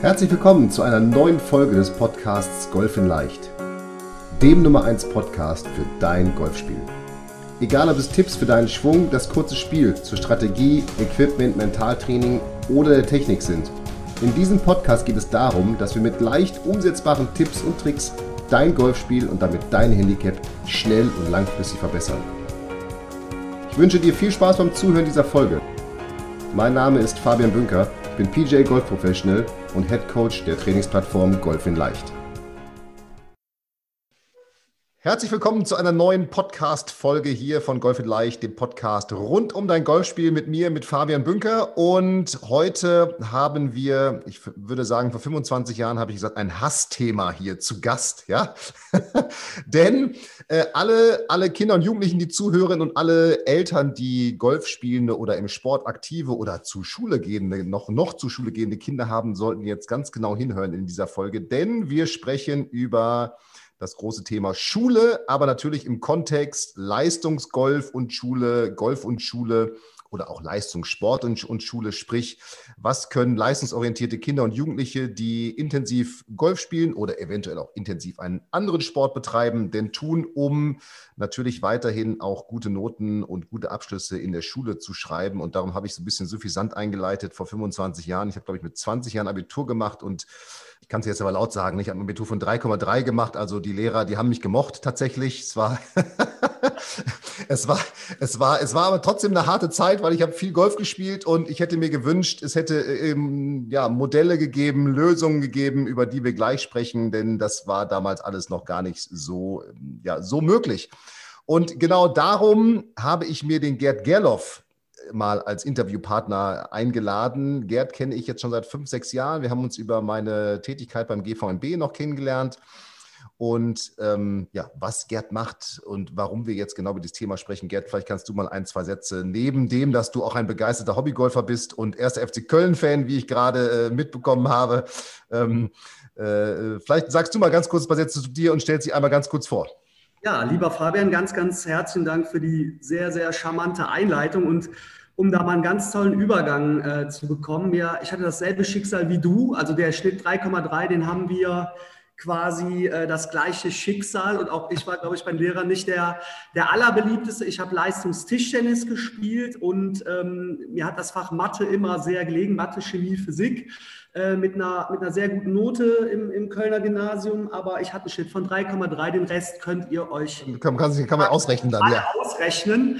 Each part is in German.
Herzlich willkommen zu einer neuen Folge des Podcasts Golf in Leicht, dem Nummer 1 Podcast für dein Golfspiel. Egal ob es Tipps für deinen Schwung, das kurze Spiel, zur Strategie, Equipment, Mentaltraining oder der Technik sind. In diesem Podcast geht es darum, dass wir mit leicht umsetzbaren Tipps und Tricks dein Golfspiel und damit dein Handicap schnell und langfristig verbessern. Ich wünsche dir viel Spaß beim Zuhören dieser Folge. Mein Name ist Fabian Bünker, ich bin PGA Golf Professional und Head Coach der Trainingsplattform Golf in Leicht. Herzlich willkommen zu einer neuen Podcast-Folge hier von Golf in Leicht, dem Podcast rund um dein Golfspiel mit mir, mit Fabian Bünker. Und heute haben wir, ich würde sagen, vor 25 Jahren habe ich gesagt, ein Hassthema hier zu Gast, ja. Denn alle Kinder und Jugendlichen, die zuhören und alle Eltern, die Golf spielende oder im Sport aktive oder zur Schule gehende, noch zur Schule gehende Kinder haben, sollten jetzt ganz genau hinhören in dieser Folge, denn wir sprechen über das große Thema Schule, aber natürlich im Kontext Leistungsgolf und Schule, Golf und Schule oder auch Leistungssport und Schule. Sprich, was können leistungsorientierte Kinder und Jugendliche, die intensiv Golf spielen oder eventuell auch intensiv einen anderen Sport betreiben, denn tun, um natürlich weiterhin auch gute Noten und gute Abschlüsse in der Schule zu schreiben. Und darum habe ich so ein bisschen suffisant eingeleitet vor 25 Jahren. Ich habe, glaube ich, mit 20 Jahren Abitur gemacht und ich kann es jetzt aber laut sagen, ich habe ein Abitur von 3,3 gemacht, also die Lehrer, die haben mich gemocht tatsächlich. Es war aber trotzdem eine harte Zeit, weil ich habe viel Golf gespielt und ich hätte mir gewünscht, es hätte Modelle gegeben, Lösungen gegeben, über die wir gleich sprechen, denn das war damals alles noch gar nicht so möglich. Und genau darum habe ich mir den Gerd Gerloff mal als Interviewpartner eingeladen. Gerd kenne ich jetzt schon seit 5, 6 Jahren. Wir haben uns über meine Tätigkeit beim GVNB noch kennengelernt. Und was Gerd macht und warum wir jetzt genau über dieses Thema sprechen. Gerd, vielleicht kannst du mal 1, 2 Sätze, neben dem, dass du auch ein begeisterter Hobbygolfer bist und 1. FC Köln-Fan, wie ich gerade mitbekommen habe. Vielleicht sagst du mal ganz kurz ein paar Sätze zu dir und stellst dich einmal ganz kurz vor. Ja, lieber Fabian, ganz, ganz herzlichen Dank für die sehr, sehr charmante Einleitung und um da mal einen ganz tollen Übergang zu bekommen. Ja, ich hatte dasselbe Schicksal wie du, also der Schnitt 3,3, den haben wir quasi das gleiche Schicksal und auch ich war, glaube ich, beim Lehrer nicht der allerbeliebteste. Ich habe Leistungstischtennis gespielt und mir hat das Fach Mathe immer sehr gelegen, Mathe, Chemie, Physik. Mit einer sehr guten Note im Kölner Gymnasium, aber ich hatte einen Schnitt von 3,3, den Rest könnt ihr euch kann man ausrechnen dann, ja. Ausrechnen.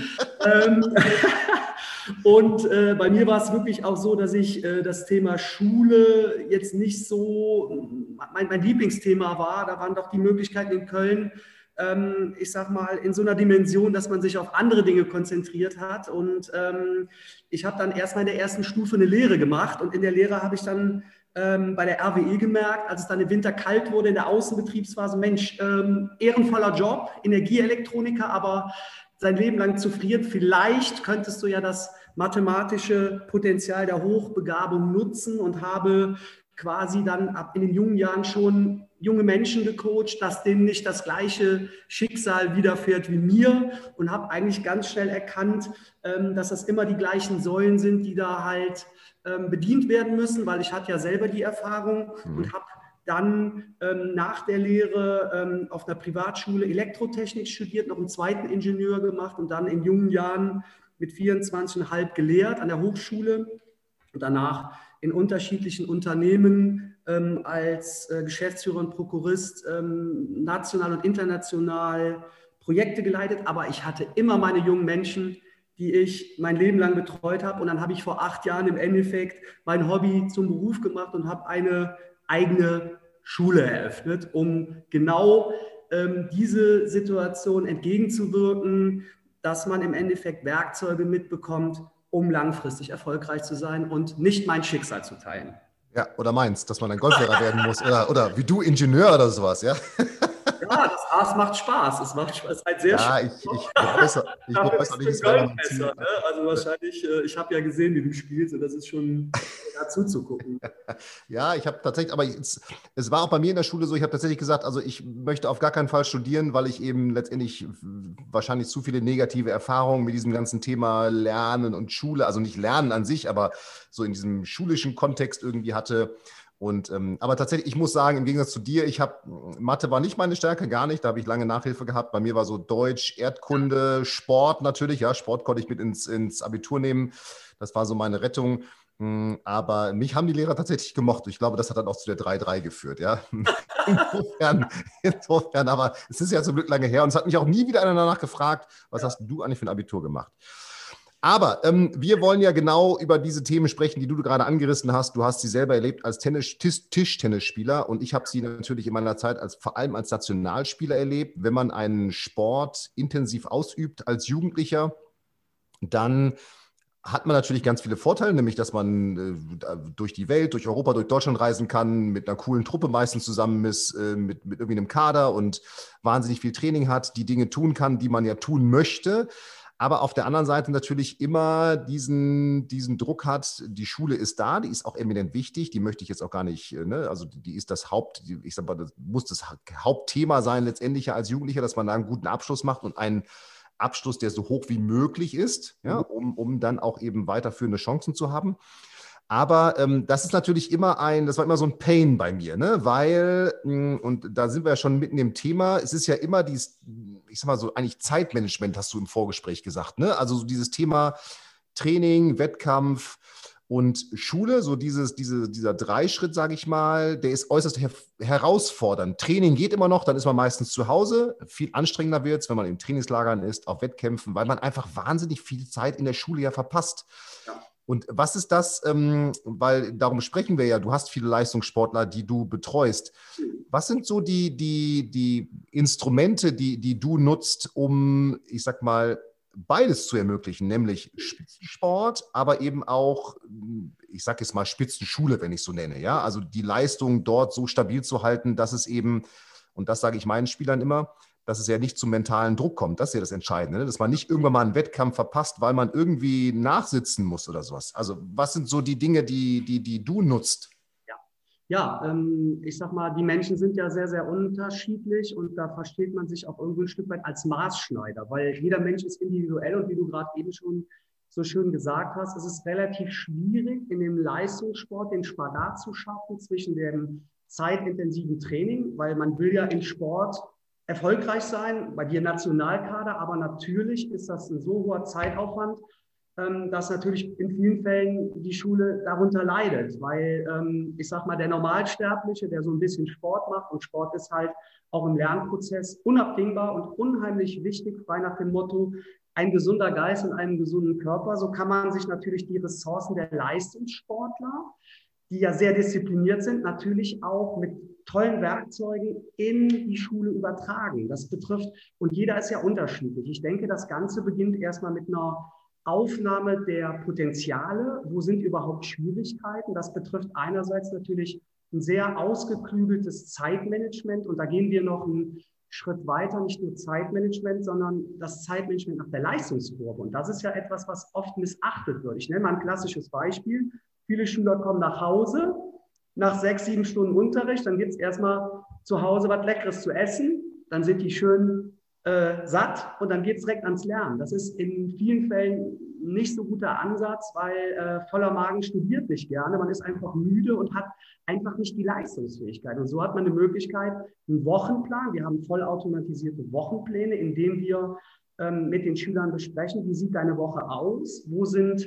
Und bei mir war es wirklich auch so, dass ich das Thema Schule jetzt nicht so mein Lieblingsthema war. Da waren doch die Möglichkeiten in Köln, ich sag mal, in so einer Dimension, dass man sich auf andere Dinge konzentriert hat. Und ich habe dann erstmal in der ersten Stufe eine Lehre gemacht. Und in der Lehre habe ich dann bei der RWE gemerkt, als es dann im Winter kalt wurde in der Außenbetriebsphase, Mensch, ehrenvoller Job, Energieelektroniker, aber sein Leben lang zu frieren. Vielleicht könntest du ja das mathematische Potenzial der Hochbegabung nutzen und habe quasi dann ab in den jungen Jahren schon junge Menschen gecoacht, dass denen nicht das gleiche Schicksal widerfährt wie mir und habe eigentlich ganz schnell erkannt, dass das immer die gleichen Säulen sind, die da halt bedient werden müssen, weil ich hatte ja selber die Erfahrung und habe dann nach der Lehre auf einer Privatschule Elektrotechnik studiert, noch einen zweiten Ingenieur gemacht und dann in jungen Jahren mit 24,5 gelehrt an der Hochschule und danach in unterschiedlichen Unternehmen als Geschäftsführer und Prokurist national und international Projekte geleitet. Aber ich hatte immer meine jungen Menschen, die ich mein Leben lang betreut habe. Und dann habe ich vor 8 Jahren im Endeffekt mein Hobby zum Beruf gemacht und habe eine eigene Schule eröffnet, um genau diese Situation entgegenzuwirken, dass man im Endeffekt Werkzeuge mitbekommt, um langfristig erfolgreich zu sein und nicht mein Schicksal zu teilen. Ja, oder meins, dass man ein Golflehrer werden muss oder wie du Ingenieur oder sowas, ja? Ja, es macht Spaß. Es macht Spaß. Es ist halt sehr schön. Ich bereue nicht, es wäre mein Ziel. Ne? Also wahrscheinlich, ich habe ja gesehen, wie du spielst und das ist schon dazu zu gucken. Ja, ich habe tatsächlich, aber es war auch bei mir in der Schule so, ich habe tatsächlich gesagt, also ich möchte auf gar keinen Fall studieren, weil ich eben letztendlich wahrscheinlich zu viele negative Erfahrungen mit diesem ganzen Thema Lernen und Schule, also nicht Lernen an sich, aber so in diesem schulischen Kontext irgendwie hatte. Und, aber tatsächlich, ich muss sagen, im Gegensatz zu dir, Mathe war nicht meine Stärke, gar nicht. Da habe ich lange Nachhilfe gehabt. Bei mir war so Deutsch, Erdkunde, Sport natürlich. Ja, Sport konnte ich mit ins Abitur nehmen. Das war so meine Rettung. Aber mich haben die Lehrer tatsächlich gemocht. Ich glaube, das hat dann auch zu der 3-3 geführt. Ja? Insofern, aber es ist ja zum Glück lange her. Und es hat mich auch nie wieder einer danach gefragt, was hast du eigentlich für ein Abitur gemacht? Aber wir wollen ja genau über diese Themen sprechen, die du gerade angerissen hast. Du hast sie selber erlebt als Tischtennisspieler und ich habe sie natürlich in meiner Zeit vor allem als Nationalspieler erlebt. Wenn man einen Sport intensiv ausübt als Jugendlicher, dann hat man natürlich ganz viele Vorteile, nämlich dass man durch die Welt, durch Europa, durch Deutschland reisen kann, mit einer coolen Truppe meistens zusammen ist, mit irgendwie einem Kader und wahnsinnig viel Training hat, die Dinge tun kann, die man ja tun möchte. Aber auf der anderen Seite natürlich immer diesen Druck hat, die Schule ist da, die ist auch eminent wichtig, die möchte ich jetzt auch gar nicht, ne? Also die ist das ich sag mal, das muss das Hauptthema sein letztendlich ja als Jugendlicher, dass man da einen guten Abschluss macht und einen Abschluss, der so hoch wie möglich ist, ja, um dann auch eben weiterführende Chancen zu haben. Aber das ist natürlich das war immer so ein Pain bei mir, ne? Weil, und da sind wir ja schon mitten im Thema, es ist ja immer ich sag mal so, eigentlich Zeitmanagement, hast du im Vorgespräch gesagt, ne? Also so dieses Thema Training, Wettkampf und Schule, so dieser Dreischritt, sage ich mal, der ist äußerst herausfordernd. Training geht immer noch, dann ist man meistens zu Hause. Viel anstrengender wird es, wenn man in Trainingslagern ist, auf Wettkämpfen, weil man einfach wahnsinnig viel Zeit in der Schule ja verpasst. Ja. Und was ist das, weil darum sprechen wir ja, du hast viele Leistungssportler, die du betreust. Was sind so die Instrumente, die du nutzt, um, ich sag mal, beides zu ermöglichen, nämlich Spitzensport, aber eben auch, ich sage jetzt mal Spitzenschule, wenn ich es so nenne, ja, also die Leistung dort so stabil zu halten, dass es eben, und das sage ich meinen Spielern immer, dass es ja nicht zum mentalen Druck kommt. Das ist ja das Entscheidende, ne? Dass man nicht irgendwann mal einen Wettkampf verpasst, weil man irgendwie nachsitzen muss oder sowas. Also was sind so die Dinge, die du nutzt? Ja, ich sag mal, die Menschen sind ja sehr, sehr unterschiedlich und da versteht man sich auch irgendwo ein Stück weit als Maßschneider, weil jeder Mensch ist individuell und wie du gerade eben schon so schön gesagt hast, es ist relativ schwierig, in dem Leistungssport den Spagat zu schaffen zwischen dem zeitintensiven Training, weil man will ja im Sport erfolgreich sein, bei dir Nationalkader, aber natürlich ist das ein so hoher Zeitaufwand, dass natürlich in vielen Fällen die Schule darunter leidet, weil ich sag mal, der Normalsterbliche, der so ein bisschen Sport macht und Sport ist halt auch im Lernprozess unabdingbar und unheimlich wichtig, frei nach dem Motto, ein gesunder Geist in einem gesunden Körper. So kann man sich natürlich die Ressourcen der Leistungssportler, die ja sehr diszipliniert sind, natürlich auch mit tollen Werkzeugen in die Schule übertragen. Das betrifft, und jeder ist ja unterschiedlich. Ich denke, das Ganze beginnt erstmal mit einer Aufnahme der Potenziale, wo sind überhaupt Schwierigkeiten. Das betrifft einerseits natürlich ein sehr ausgeklügeltes Zeitmanagement und da gehen wir noch einen Schritt weiter, nicht nur Zeitmanagement, sondern das Zeitmanagement nach der Leistungskurve. Und das ist ja etwas, was oft missachtet wird. Ich nenne mal ein klassisches Beispiel. Viele Schüler kommen nach Hause, nach 6, 7 Stunden Unterricht, dann gibt es erstmal zu Hause was Leckeres zu essen, dann sind die schön satt und dann geht es direkt ans Lernen. Das ist in vielen Fällen nicht so guter Ansatz, weil voller Magen studiert nicht gerne. Man ist einfach müde und hat einfach nicht die Leistungsfähigkeit. Und so hat man eine Möglichkeit, einen Wochenplan. Wir haben vollautomatisierte Wochenpläne, in denen wir mit den Schülern besprechen, wie sieht deine Woche aus, wo sind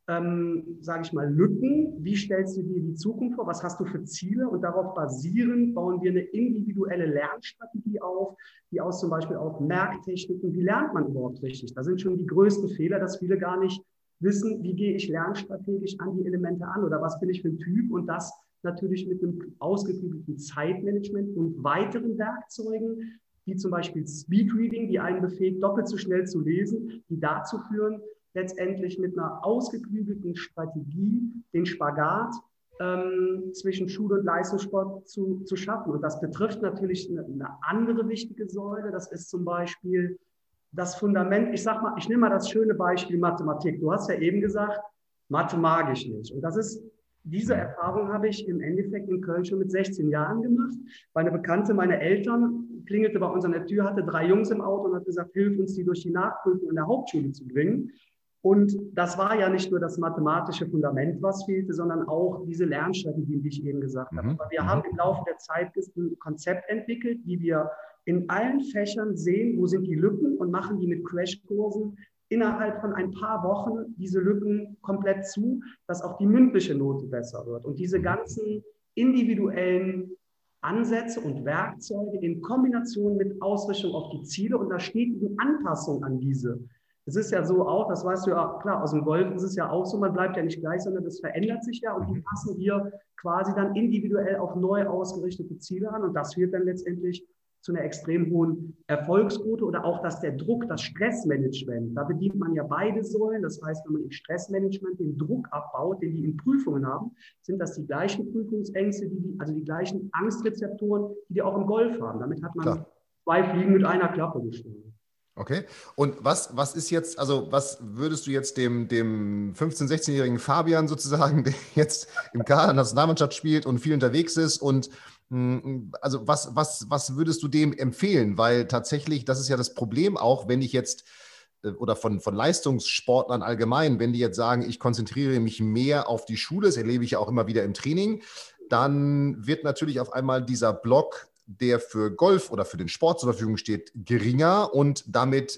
sage ich mal, Lücken, wie stellst du dir die Zukunft vor, was hast du für Ziele und darauf basierend bauen wir eine individuelle Lernstrategie auf, die aus zum Beispiel auch Merktechniken, wie lernt man überhaupt richtig? Da sind schon die größten Fehler, dass viele gar nicht wissen, wie gehe ich lernstrategisch an die Elemente an oder was bin ich für ein Typ und das natürlich mit einem ausgeklügelten Zeitmanagement und weiteren Werkzeugen, wie zum Beispiel Speedreading, die einen befähigt, doppelt so schnell zu lesen, die dazu führen, letztendlich mit einer ausgeklügelten Strategie den Spagat zwischen Schule und Leistungssport zu schaffen. Und das betrifft natürlich eine andere wichtige Säule. Das ist zum Beispiel das Fundament. Ich sag mal, ich nehme mal das schöne Beispiel Mathematik. Du hast ja eben gesagt, Mathe mag ich nicht. Und das ist, diese Erfahrung habe ich im Endeffekt in Köln schon mit 16 Jahren gemacht, weil eine Bekannte meiner Eltern klingelte bei uns an der Tür, hatte 3 Jungs im Auto und hat gesagt, hilf uns, die durch die Nachprüfung in der Hauptschule zu bringen. Und das war ja nicht nur das mathematische Fundament, was fehlte, sondern auch diese Lernstrategien, die ich eben gesagt habe. Aber wir haben im Laufe der Zeit ein Konzept entwickelt, wie wir in allen Fächern sehen, wo sind die Lücken und machen die mit Crashkursen innerhalb von ein paar Wochen diese Lücken komplett zu, dass auch die mündliche Note besser wird. Und diese ganzen individuellen Ansätze und Werkzeuge in Kombination mit Ausrichtung auf die Ziele und der stetigen Anpassung an diese. Es ist ja so auch, das weißt du ja, klar, aus dem Golf ist es ja auch so, man bleibt ja nicht gleich, sondern das verändert sich ja und die passen wir quasi dann individuell auf neu ausgerichtete Ziele an und das führt dann letztendlich zu einer extrem hohen Erfolgsquote oder auch, dass der Druck, das Stressmanagement, da bedient man ja beide Säulen, das heißt, wenn man im Stressmanagement den Druck abbaut, den die in Prüfungen haben, sind das die gleichen Prüfungsängste, also die gleichen Angstrezeptoren, die die auch im Golf haben. Damit hat man zwei Fliegen mit einer Klappe geschlagen. Okay. Und was ist jetzt, also was würdest du jetzt dem 15-, 16-jährigen Fabian sozusagen, der jetzt im Kader der Nationalmannschaft spielt und viel unterwegs ist und also was würdest du dem empfehlen? Weil tatsächlich, das ist ja das Problem auch, wenn ich jetzt oder von Leistungssportlern allgemein, wenn die jetzt sagen, ich konzentriere mich mehr auf die Schule, das erlebe ich ja auch immer wieder im Training, dann wird natürlich auf einmal dieser Block, der für Golf oder für den Sport zur Verfügung steht, geringer und damit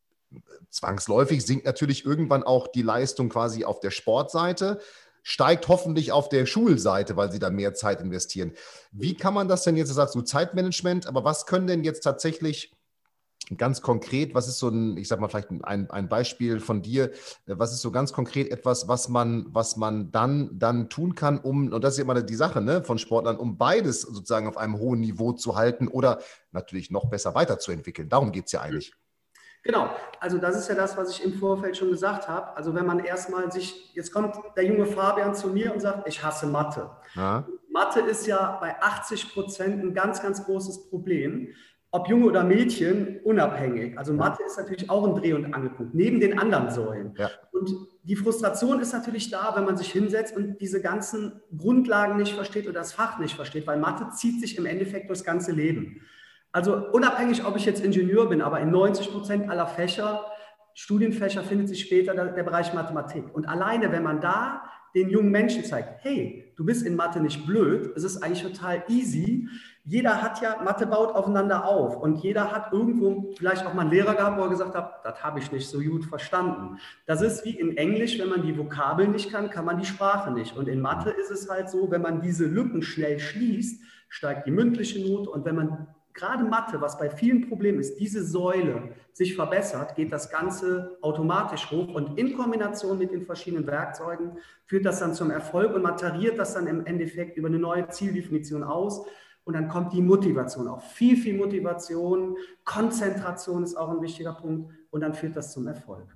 zwangsläufig sinkt natürlich irgendwann auch die Leistung quasi auf der Sportseite, steigt hoffentlich auf der Schulseite, weil sie da mehr Zeit investieren. Wie kann man das denn jetzt, du sagst du Zeitmanagement, aber was können denn jetzt tatsächlich ganz konkret, was ist so ein, ich sag mal vielleicht ein Beispiel von dir, was ist so ganz konkret etwas, was man dann tun kann, und das ist ja immer die Sache, ne, von Sportlern, um beides sozusagen auf einem hohen Niveau zu halten oder natürlich noch besser weiterzuentwickeln. Darum geht es ja eigentlich. Genau, also das ist ja das, was ich im Vorfeld schon gesagt habe. Also wenn man erstmal jetzt kommt der junge Fabian zu mir und sagt, ich hasse Mathe. Ja. Mathe ist ja bei 80% ein ganz, ganz großes Problem. Ob Junge oder Mädchen, unabhängig. Also Mathe ist natürlich auch ein Dreh- und Angelpunkt, neben den anderen Säulen. Ja. Und die Frustration ist natürlich da, wenn man sich hinsetzt und diese ganzen Grundlagen nicht versteht oder das Fach nicht versteht, weil Mathe zieht sich im Endeffekt durchs ganze Leben. Also unabhängig, ob ich jetzt Ingenieur bin, aber in 90% aller Fächer, Studienfächer, findet sich später der Bereich Mathematik. Und alleine, wenn man da den jungen Menschen zeigt, hey, du bist in Mathe nicht blöd, es ist eigentlich total easy. Jeder hat ja, Mathe baut aufeinander auf und jeder hat irgendwo vielleicht auch mal einen Lehrer gehabt, wo er gesagt hat, das habe ich nicht so gut verstanden. Das ist wie in Englisch, wenn man die Vokabeln nicht kann man die Sprache nicht. Und in Mathe ist es halt so, wenn man diese Lücken schnell schließt, steigt die mündliche Note und wenn man gerade Mathe, was bei vielen Problemen ist, diese Säule sich verbessert, geht das Ganze automatisch hoch und in Kombination mit den verschiedenen Werkzeugen führt das dann zum Erfolg und man tariert das dann im Endeffekt über eine neue Zieldefinition aus und dann kommt die Motivation auf. Viel Motivation, Konzentration ist auch ein wichtiger Punkt und dann führt das zum Erfolg.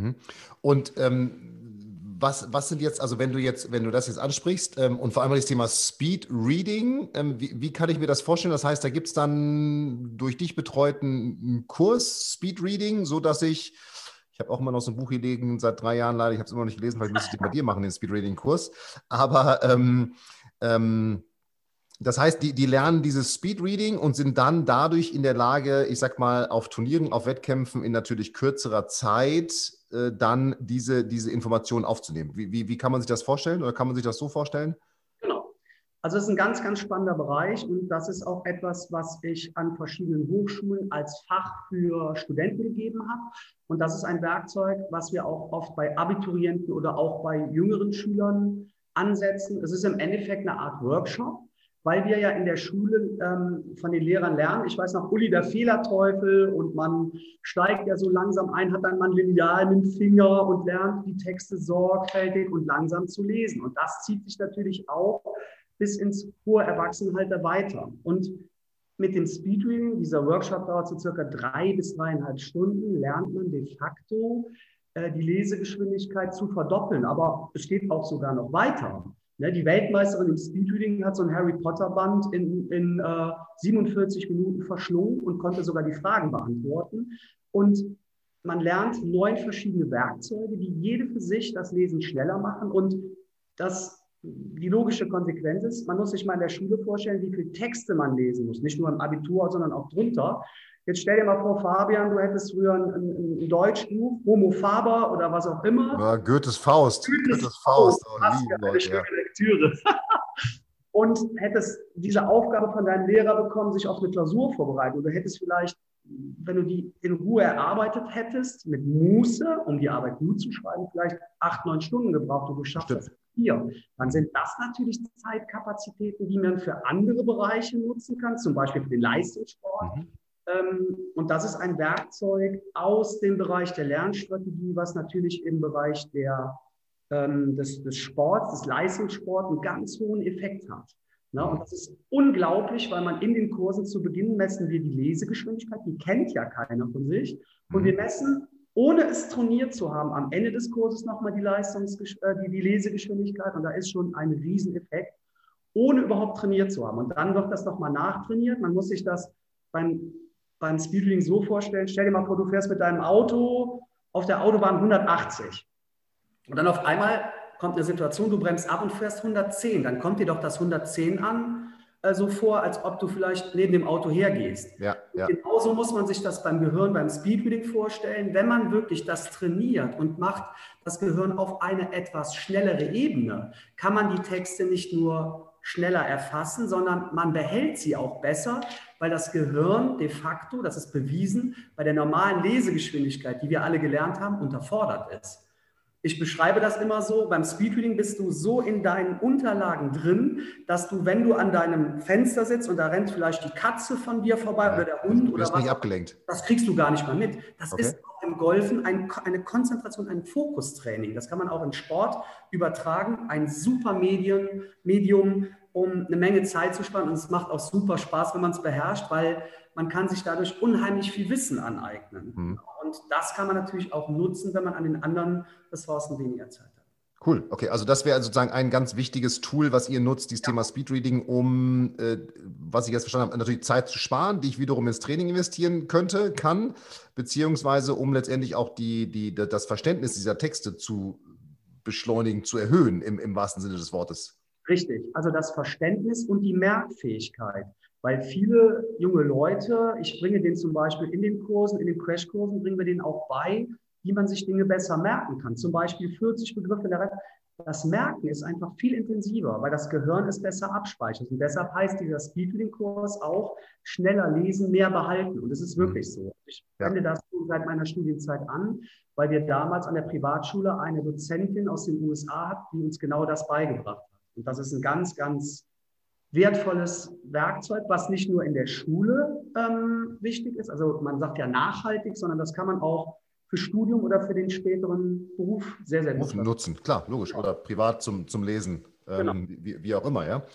Und was sind jetzt, also wenn du das jetzt ansprichst und vor allem das Thema Speed Reading, wie kann ich mir das vorstellen? Das heißt, da gibt es dann durch dich betreuten Kurs Speed Reading, sodass ich habe auch immer noch so ein Buch hier liegen, seit 3 Jahren leider, ich habe es immer noch nicht gelesen, vielleicht müsste ich den bei dir machen, den Speed Reading Kurs, aber das heißt, die lernen dieses Speedreading und sind dann dadurch in der Lage, ich sag mal, auf Turnieren, auf Wettkämpfen in natürlich kürzerer Zeit dann diese Informationen aufzunehmen. Wie kann man sich das vorstellen oder kann man sich das so vorstellen? Genau. Also es ist ein ganz, ganz spannender Bereich und das ist auch etwas, was ich an verschiedenen Hochschulen als Fach für Studenten gegeben habe. Und das ist ein Werkzeug, was wir auch oft bei Abiturienten oder auch bei jüngeren Schülern ansetzen. Es ist im Endeffekt eine Art Workshop, weil wir ja in der Schule von den Lehrern lernen. Ich weiß noch, Uli der Fehlerteufel und man steigt ja so langsam ein, hat dann mal ein Lineal mit dem Finger und lernt die Texte sorgfältig und langsam zu lesen. Und das zieht sich natürlich auch bis ins hohe Erwachsenenalter weiter. Und mit dem Speedreading, dieser Workshop dauert so circa 3 bis 3,5 Stunden, lernt man de facto die Lesegeschwindigkeit zu verdoppeln. Aber es geht auch sogar noch weiter. Die Weltmeisterin im Speedreading hat so ein Harry Potter Band in 47 Minuten verschlungen und konnte sogar die Fragen beantworten. Und man lernt 9 verschiedene Werkzeuge, die jede für sich das Lesen schneller machen. Und die logische Konsequenz ist, man muss sich mal in der Schule vorstellen, wie viele Texte man lesen muss. Nicht nur im Abitur, sondern auch drunter. Jetzt stell dir mal vor, Fabian, du hättest früher ein Deutschbuch, Homo Faber oder was auch immer. Ja, Goethes Faust. Goethes Faust. Oh, Was für eine schöne Lektüre. Und hättest diese Aufgabe von deinem Lehrer bekommen, sich auf eine Klausur vorbereiten. Und du hättest vielleicht, wenn du die in Ruhe erarbeitet hättest, mit Muße, um die Arbeit gut zu schreiben, vielleicht 8, 9 Stunden gebraucht und du schaffst das 4. Dann sind das natürlich Zeitkapazitäten, die man für andere Bereiche nutzen kann, zum Beispiel für den Leistungssport. Und das ist ein Werkzeug aus dem Bereich der Lernstrategie, was natürlich im Bereich des Sports, des Leistungssports einen ganz hohen Effekt hat. Und das ist unglaublich, weil man in den Kursen zu Beginn messen wir die Lesegeschwindigkeit, die kennt ja keiner von sich. Und wir messen, ohne es trainiert zu haben, am Ende des Kurses nochmal die Lesegeschwindigkeit. Und da ist schon ein Rieseneffekt, ohne überhaupt trainiert zu haben. Und dann wird das nochmal nachtrainiert. Man muss sich das beim Speedreading so vorstellen, stell dir mal vor, du fährst mit deinem Auto auf der Autobahn 180 und dann auf einmal kommt eine Situation, du bremst ab und fährst 110, dann kommt dir doch das 110 an, so vor, als ob du vielleicht neben dem Auto hergehst. Ja. Genauso muss man sich das beim Gehirn, beim Speedreading vorstellen, wenn man wirklich das trainiert und macht das Gehirn auf eine etwas schnellere Ebene, kann man die Texte nicht nur schneller erfassen, sondern man behält sie auch besser, weil das Gehirn de facto, das ist bewiesen, bei der normalen Lesegeschwindigkeit, die wir alle gelernt haben, unterfordert ist. Ich beschreibe das immer so, beim Speedreading bist du so in deinen Unterlagen drin, dass du, wenn du an deinem Fenster sitzt und da rennt vielleicht die Katze von dir vorbei oder der Hund oder was, nicht abgelenkt. Das kriegst du gar nicht mal mit. Das ist auch im Golfen eine Konzentration, ein Fokustraining. Das kann man auch in Sport übertragen. Ein super Medium, um eine Menge Zeit zu sparen. Und es macht auch super Spaß, wenn man es beherrscht, weil man kann sich dadurch unheimlich viel Wissen aneignen. Und das kann man natürlich auch nutzen, wenn man an den anderen Ressourcen weniger Zeit hat. Cool, okay, also das wäre sozusagen ein ganz wichtiges Tool, was ihr nutzt, dieses Thema Speedreading, um, was ich jetzt verstanden habe, natürlich Zeit zu sparen, die ich wiederum ins Training investieren kann, beziehungsweise um letztendlich auch das Verständnis dieser Texte zu beschleunigen, zu erhöhen, im wahrsten Sinne des Wortes. Richtig, also das Verständnis und die Merkfähigkeit. Weil viele junge Leute, ich bringe denen zum Beispiel in den Kursen, in den Crashkursen, bringen wir denen auch bei, wie man sich Dinge besser merken kann. Zum Beispiel 40 Begriffe in der Reihe. Das Merken ist einfach viel intensiver, weil das Gehirn es besser abspeichert. Und deshalb heißt dieser Speedreading-Kurs auch schneller lesen, mehr behalten. Und es ist wirklich so. Ich wende das seit meiner Studienzeit an, weil wir damals an der Privatschule eine Dozentin aus den USA hatten, die uns genau das beigebracht hat. Und das ist ein ganz, ganz wertvolles Werkzeug, was nicht nur in der Schule wichtig ist, also man sagt ja nachhaltig, sondern das kann man auch für Studium oder für den späteren Beruf sehr, sehr gut nutzen. Klar, logisch. Oder privat zum Lesen, wie auch immer, ja.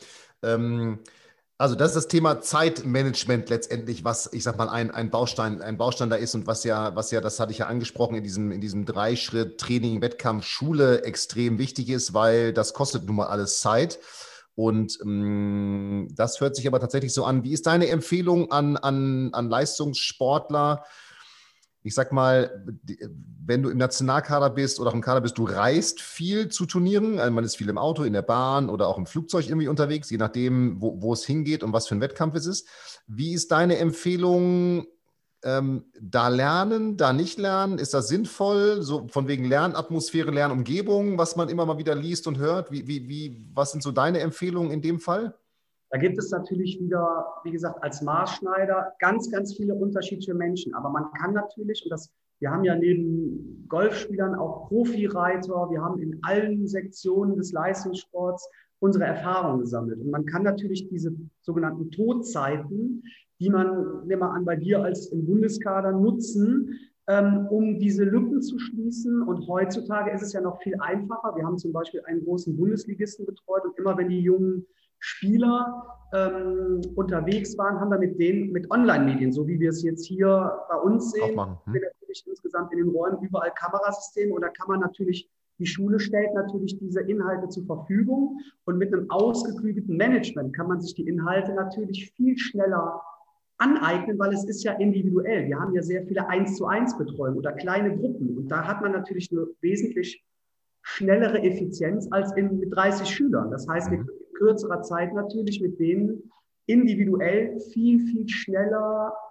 Also das ist das Thema Zeitmanagement letztendlich, was, ich sag mal, ein Baustein da ist und was ja, das hatte ich ja angesprochen, in diesem 3-Schritt Training, Wettkampf, Schule extrem wichtig ist, weil das kostet nun mal alles Zeit. Und das hört sich aber tatsächlich so an. Wie ist deine Empfehlung an Leistungssportler? Ich sag mal, wenn du im Nationalkader bist oder auch im Kader bist, du reist viel zu Turnieren. Also man ist viel im Auto, in der Bahn oder auch im Flugzeug irgendwie unterwegs, je nachdem, wo es hingeht und was für ein Wettkampf es ist. Wie ist deine Empfehlung? Da lernen, da nicht lernen? Ist das sinnvoll? So von wegen Lernatmosphäre, Lernumgebung, was man immer mal wieder liest und hört? Was sind so deine Empfehlungen in dem Fall? Da gibt es natürlich wieder, wie gesagt, als Maßschneider ganz, ganz viele unterschiedliche Menschen. Aber man kann natürlich, wir haben ja neben Golfspielern auch Profireiter, wir haben in allen Sektionen des Leistungssports unsere Erfahrungen gesammelt. Und man kann natürlich diese sogenannten Todzeiten, die man, nehmen wir an, bei dir als im Bundeskader nutzen, um diese Lücken zu schließen. Und heutzutage ist es ja noch viel einfacher. Wir haben zum Beispiel einen großen Bundesligisten betreut und immer wenn die jungen Spieler unterwegs waren, haben wir mit denen, mit Online-Medien, so wie wir es jetzt hier bei uns sehen, wir natürlich insgesamt in den Räumen überall Kamerasysteme und da kann man natürlich, die Schule stellt natürlich diese Inhalte zur Verfügung und mit einem ausgeklügelten Management kann man sich die Inhalte natürlich viel schneller aneignen, weil es ist ja individuell. Wir haben ja sehr viele 1:1 Betreuung oder kleine Gruppen und da hat man natürlich eine wesentlich schnellere Effizienz als mit 30 Schülern. Das heißt, wir können in kürzerer Zeit natürlich mit denen individuell viel, viel schneller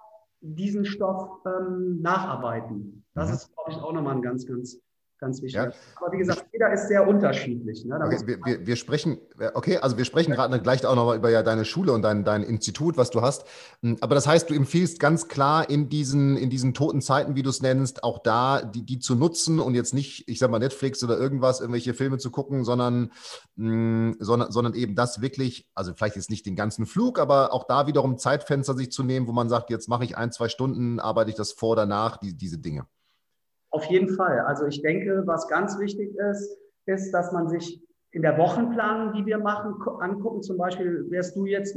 diesen Stoff nacharbeiten. Das ist, glaube ich, auch nochmal ein ganz, ganz, ganz wichtiger. Ja. Aber wie gesagt, jeder ist sehr unterschiedlich. Ne? Okay, wir sprechen, okay, also wir sprechen gerade gleich auch nochmal über ja deine Schule und dein Institut, was du hast. Aber das heißt, du empfiehlst ganz klar in diesen toten Zeiten, wie du es nennst, auch da die zu nutzen und jetzt nicht, ich sag mal, Netflix oder irgendwelche Filme zu gucken, sondern eben das wirklich, also vielleicht jetzt nicht den ganzen Flug, aber auch da wiederum Zeitfenster sich zu nehmen, wo man sagt, jetzt mache ich 1, 2 Stunden, arbeite ich das vor, danach, diese Dinge. Auf jeden Fall. Also ich denke, was ganz wichtig ist, dass man sich in der Wochenplanung, die wir machen, angucken. Zum Beispiel wärst du jetzt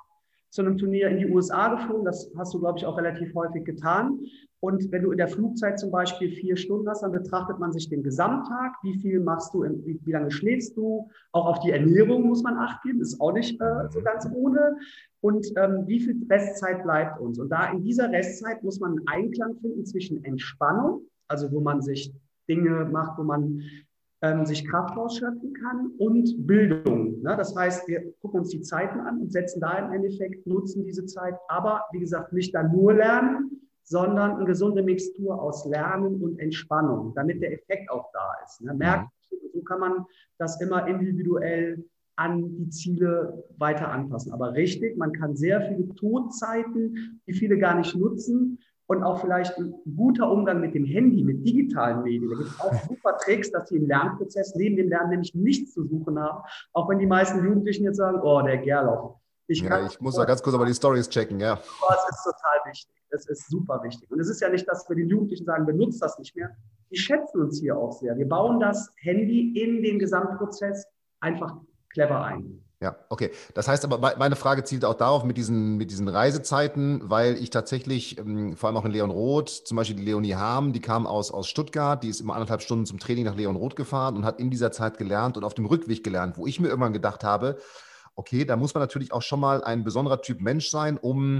zu einem Turnier in die USA geflogen. Das hast du, glaube ich, auch relativ häufig getan. Und wenn du in der Flugzeit zum Beispiel 4 Stunden hast, dann betrachtet man sich den Gesamttag. Wie viel machst du, wie lange schläfst du? Auch auf die Ernährung muss man Acht geben. Ist auch nicht so ganz ohne. Und wie viel Restzeit bleibt uns? Und da in dieser Restzeit muss man einen Einklang finden zwischen Entspannung, also wo man sich Dinge macht, wo man sich Kraft rausschöpfen kann, und Bildung. Ne? Das heißt, wir gucken uns die Zeiten an und setzen da im Endeffekt, nutzen diese Zeit, aber wie gesagt, nicht dann nur lernen, sondern eine gesunde Mixtur aus Lernen und Entspannung, damit der Effekt auch da ist. Ne? Merkt, so kann man das immer individuell an die Ziele weiter anpassen. Aber richtig, man kann sehr viele Tonzeiten, die viele gar nicht nutzen, und auch vielleicht ein guter Umgang mit dem Handy, mit digitalen Medien. Da gibt es auch super Tricks, dass sie im Lernprozess neben dem Lernen nämlich nichts zu suchen haben. Auch wenn die meisten Jugendlichen jetzt sagen, oh, der Gerloff. Ich muss da ganz kurz aber die Stories checken, ja. Aber es ist total wichtig. Es ist super wichtig. Und es ist ja nicht, dass wir den Jugendlichen sagen, benutzt das nicht mehr. Die schätzen uns hier auch sehr. Wir bauen das Handy in den Gesamtprozess einfach clever ein. Ja, okay. Das heißt aber, meine Frage zielt auch darauf mit diesen Reisezeiten, weil ich tatsächlich, vor allem auch in Leonroth, zum Beispiel die Leonie Harm, die kam aus Stuttgart, die ist immer 1,5 Stunden zum Training nach Leonroth gefahren und hat in dieser Zeit gelernt und auf dem Rückweg gelernt, wo ich mir irgendwann gedacht habe, okay, da muss man natürlich auch schon mal ein besonderer Typ Mensch sein, um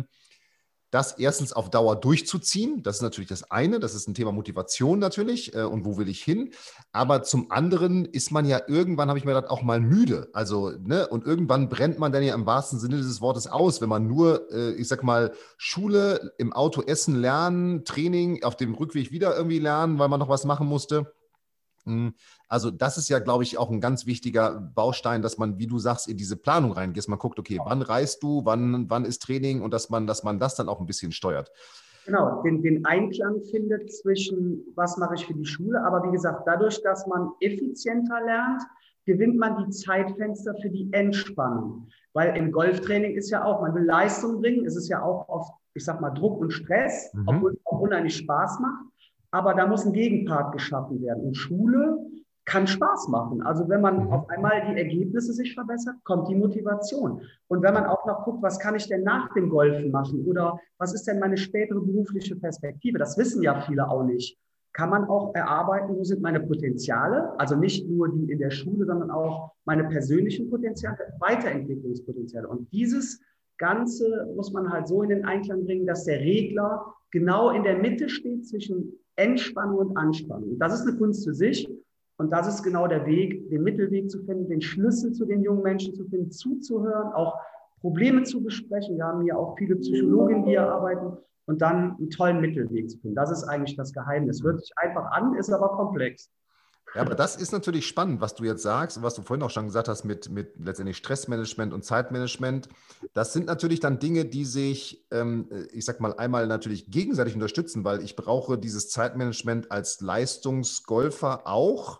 das erstens auf Dauer durchzuziehen. Das ist natürlich das eine. Das ist ein Thema Motivation natürlich. Und wo will ich hin? Aber zum anderen ist man ja irgendwann, habe ich mir gedacht, auch mal müde. Also, ne? Und irgendwann brennt man dann ja im wahrsten Sinne des Wortes aus, wenn man nur, ich sag mal, Schule, im Auto essen, lernen, Training, auf dem Rückweg wieder irgendwie lernen, weil man noch was machen musste. Also das ist ja, glaube ich, auch ein ganz wichtiger Baustein, dass man, wie du sagst, in diese Planung reingeht. Man guckt, okay, wann reist du, wann ist Training, und dass man das dann auch ein bisschen steuert. Genau, den Einklang findet zwischen, was mache ich für die Schule, aber wie gesagt, dadurch, dass man effizienter lernt, gewinnt man die Zeitfenster für die Entspannung. Weil im Golftraining ist ja auch, man will Leistung bringen, es ist ja auch oft, ich sag mal, Druck und Stress, obwohl es auch unheimlich Spaß macht. Aber da muss ein Gegenpart geschaffen werden. Und Schule kann Spaß machen. Also wenn man auf einmal die Ergebnisse sich verbessert, kommt die Motivation. Und wenn man auch noch guckt, was kann ich denn nach dem Golfen machen oder was ist denn meine spätere berufliche Perspektive? Das wissen ja viele auch nicht. Kann man auch erarbeiten, wo sind meine Potenziale? Also nicht nur die in der Schule, sondern auch meine persönlichen Potenziale, Weiterentwicklungspotenziale. Und dieses Ganze muss man halt so in den Einklang bringen, dass der Regler genau in der Mitte steht zwischen Entspannung und Anspannung. Das ist eine Kunst für sich. Und das ist genau der Weg, den Mittelweg zu finden, den Schlüssel zu den jungen Menschen zu finden, zuzuhören, auch Probleme zu besprechen. Wir haben hier auch viele Psychologen, die hier arbeiten, und dann einen tollen Mittelweg zu finden. Das ist eigentlich das Geheimnis. Hört sich einfach an, ist aber komplex. Ja, aber das ist natürlich spannend, was du jetzt sagst und was du vorhin auch schon gesagt hast mit letztendlich Stressmanagement und Zeitmanagement. Das sind natürlich dann Dinge, die sich, ich sag mal, einmal natürlich gegenseitig unterstützen, weil ich brauche dieses Zeitmanagement als Leistungsgolfer auch.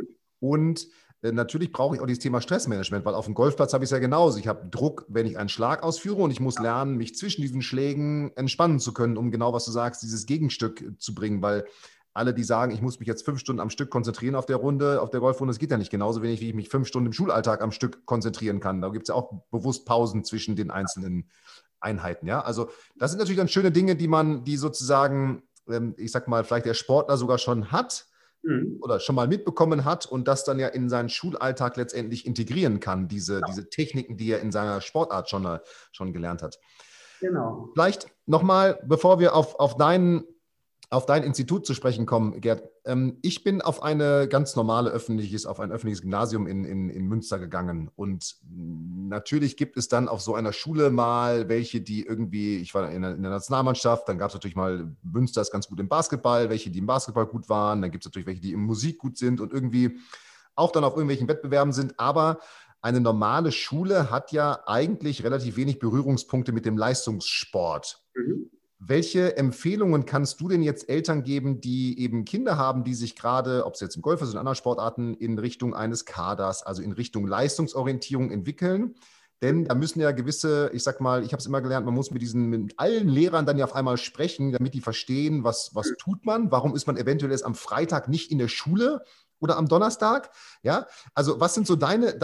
Und natürlich brauche ich auch dieses Thema Stressmanagement, weil auf dem Golfplatz habe ich es ja genauso. Ich habe Druck, wenn ich einen Schlag ausführe, und ich muss lernen, mich zwischen diesen Schlägen entspannen zu können, um genau, was du sagst, dieses Gegenstück zu bringen, weil alle, die sagen, ich muss mich jetzt 5 Stunden am Stück konzentrieren auf der Runde, auf der Golfrunde, das geht ja nicht genauso wenig, wie ich mich 5 Stunden im Schulalltag am Stück konzentrieren kann. Da gibt es ja auch bewusst Pausen zwischen den einzelnen Einheiten. Ja? Also das sind natürlich dann schöne Dinge, die sozusagen, ich sag mal, vielleicht der Sportler sogar schon hat oder schon mal mitbekommen hat und das dann ja in seinen Schulalltag letztendlich integrieren kann, diese Techniken, die er in seiner Sportart schon gelernt hat. Genau. Vielleicht nochmal, bevor wir auf dein Institut zu sprechen kommen, Gerd. Ich bin auf ein öffentliches Gymnasium in Münster gegangen, und natürlich gibt es dann auf so einer Schule mal welche, die irgendwie, ich war in der Nationalmannschaft, dann gab es natürlich mal, Münster ist ganz gut im Basketball, welche, die im Basketball gut waren, dann gibt es natürlich welche, die in Musik gut sind und irgendwie auch dann auf irgendwelchen Wettbewerben sind, aber eine normale Schule hat ja eigentlich relativ wenig Berührungspunkte mit dem Leistungssport. Mhm. Welche Empfehlungen kannst du denn jetzt Eltern geben, die eben Kinder haben, die sich gerade, ob es jetzt im Golf ist oder in anderen Sportarten, in Richtung eines Kaders, also in Richtung Leistungsorientierung entwickeln? Denn da müssen ja gewisse, ich sag mal, ich habe es immer gelernt, man muss mit allen Lehrern dann ja auf einmal sprechen, damit die verstehen, was tut man, warum ist man eventuell erst am Freitag nicht in der Schule oder am Donnerstag? Ja, also was sind so deine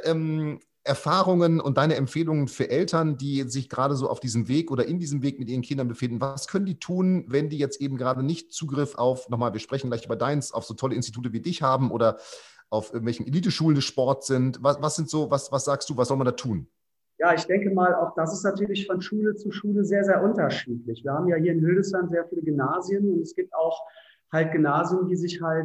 Erfahrungen und deine Empfehlungen für Eltern, die sich gerade so auf diesem Weg oder in diesem Weg mit ihren Kindern befinden? Was können die tun, wenn die jetzt eben gerade nicht Zugriff auf, nochmal, wir sprechen gleich über deins, auf so tolle Institute wie dich haben oder auf irgendwelchen Eliteschulen des Sports sind? Was sind so, was sagst du, was soll man da tun? Ja, ich denke mal, auch das ist natürlich von Schule zu Schule sehr, sehr unterschiedlich. Wir haben ja hier in Hildesheim sehr viele Gymnasien und es gibt auch halt Gymnasien, die sich halt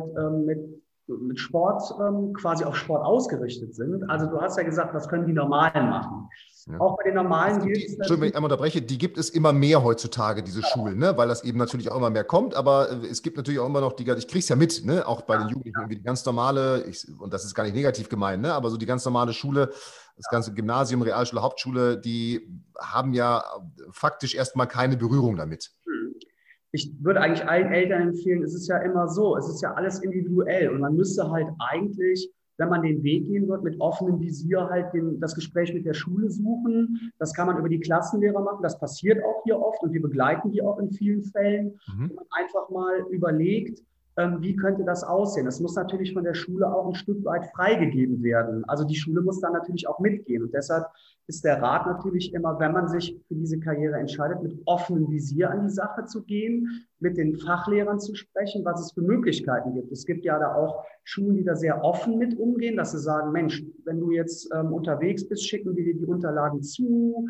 mit Sport quasi auf Sport ausgerichtet sind. Also du hast ja gesagt, was können die Normalen machen? Ja. Auch bei den Normalen gilt es. Entschuldigung, wenn ich einmal unterbreche, die gibt es immer mehr heutzutage, diese Schulen, ne? Weil das eben natürlich auch immer mehr kommt, aber es gibt natürlich auch immer noch ich kriege es ja mit, ne? Auch bei den Jugendlichen, irgendwie die ganz normale, und das ist gar nicht negativ gemeint, ne? Aber so die ganz normale Schule, das ganze Gymnasium, Realschule, Hauptschule, die haben ja faktisch erstmal keine Berührung damit. Ich würde eigentlich allen Eltern empfehlen, es ist ja immer so, es ist ja alles individuell und man müsste halt eigentlich, wenn man den Weg gehen wird, mit offenem Visier halt das Gespräch mit der Schule suchen. Das kann man über die Klassenlehrer machen, das passiert auch hier oft und wir begleiten die auch in vielen Fällen. Wenn man einfach mal überlegt, wie könnte das aussehen? Das muss natürlich von der Schule auch ein Stück weit freigegeben werden. Also die Schule muss dann natürlich auch mitgehen. Und deshalb ist der Rat natürlich immer, wenn man sich für diese Karriere entscheidet, mit offenem Visier an die Sache zu gehen, mit den Fachlehrern zu sprechen, was es für Möglichkeiten gibt. Es gibt ja da auch Schulen, die da sehr offen mit umgehen, dass sie sagen, Mensch, wenn du jetzt unterwegs bist, schicken wir dir die Unterlagen zu.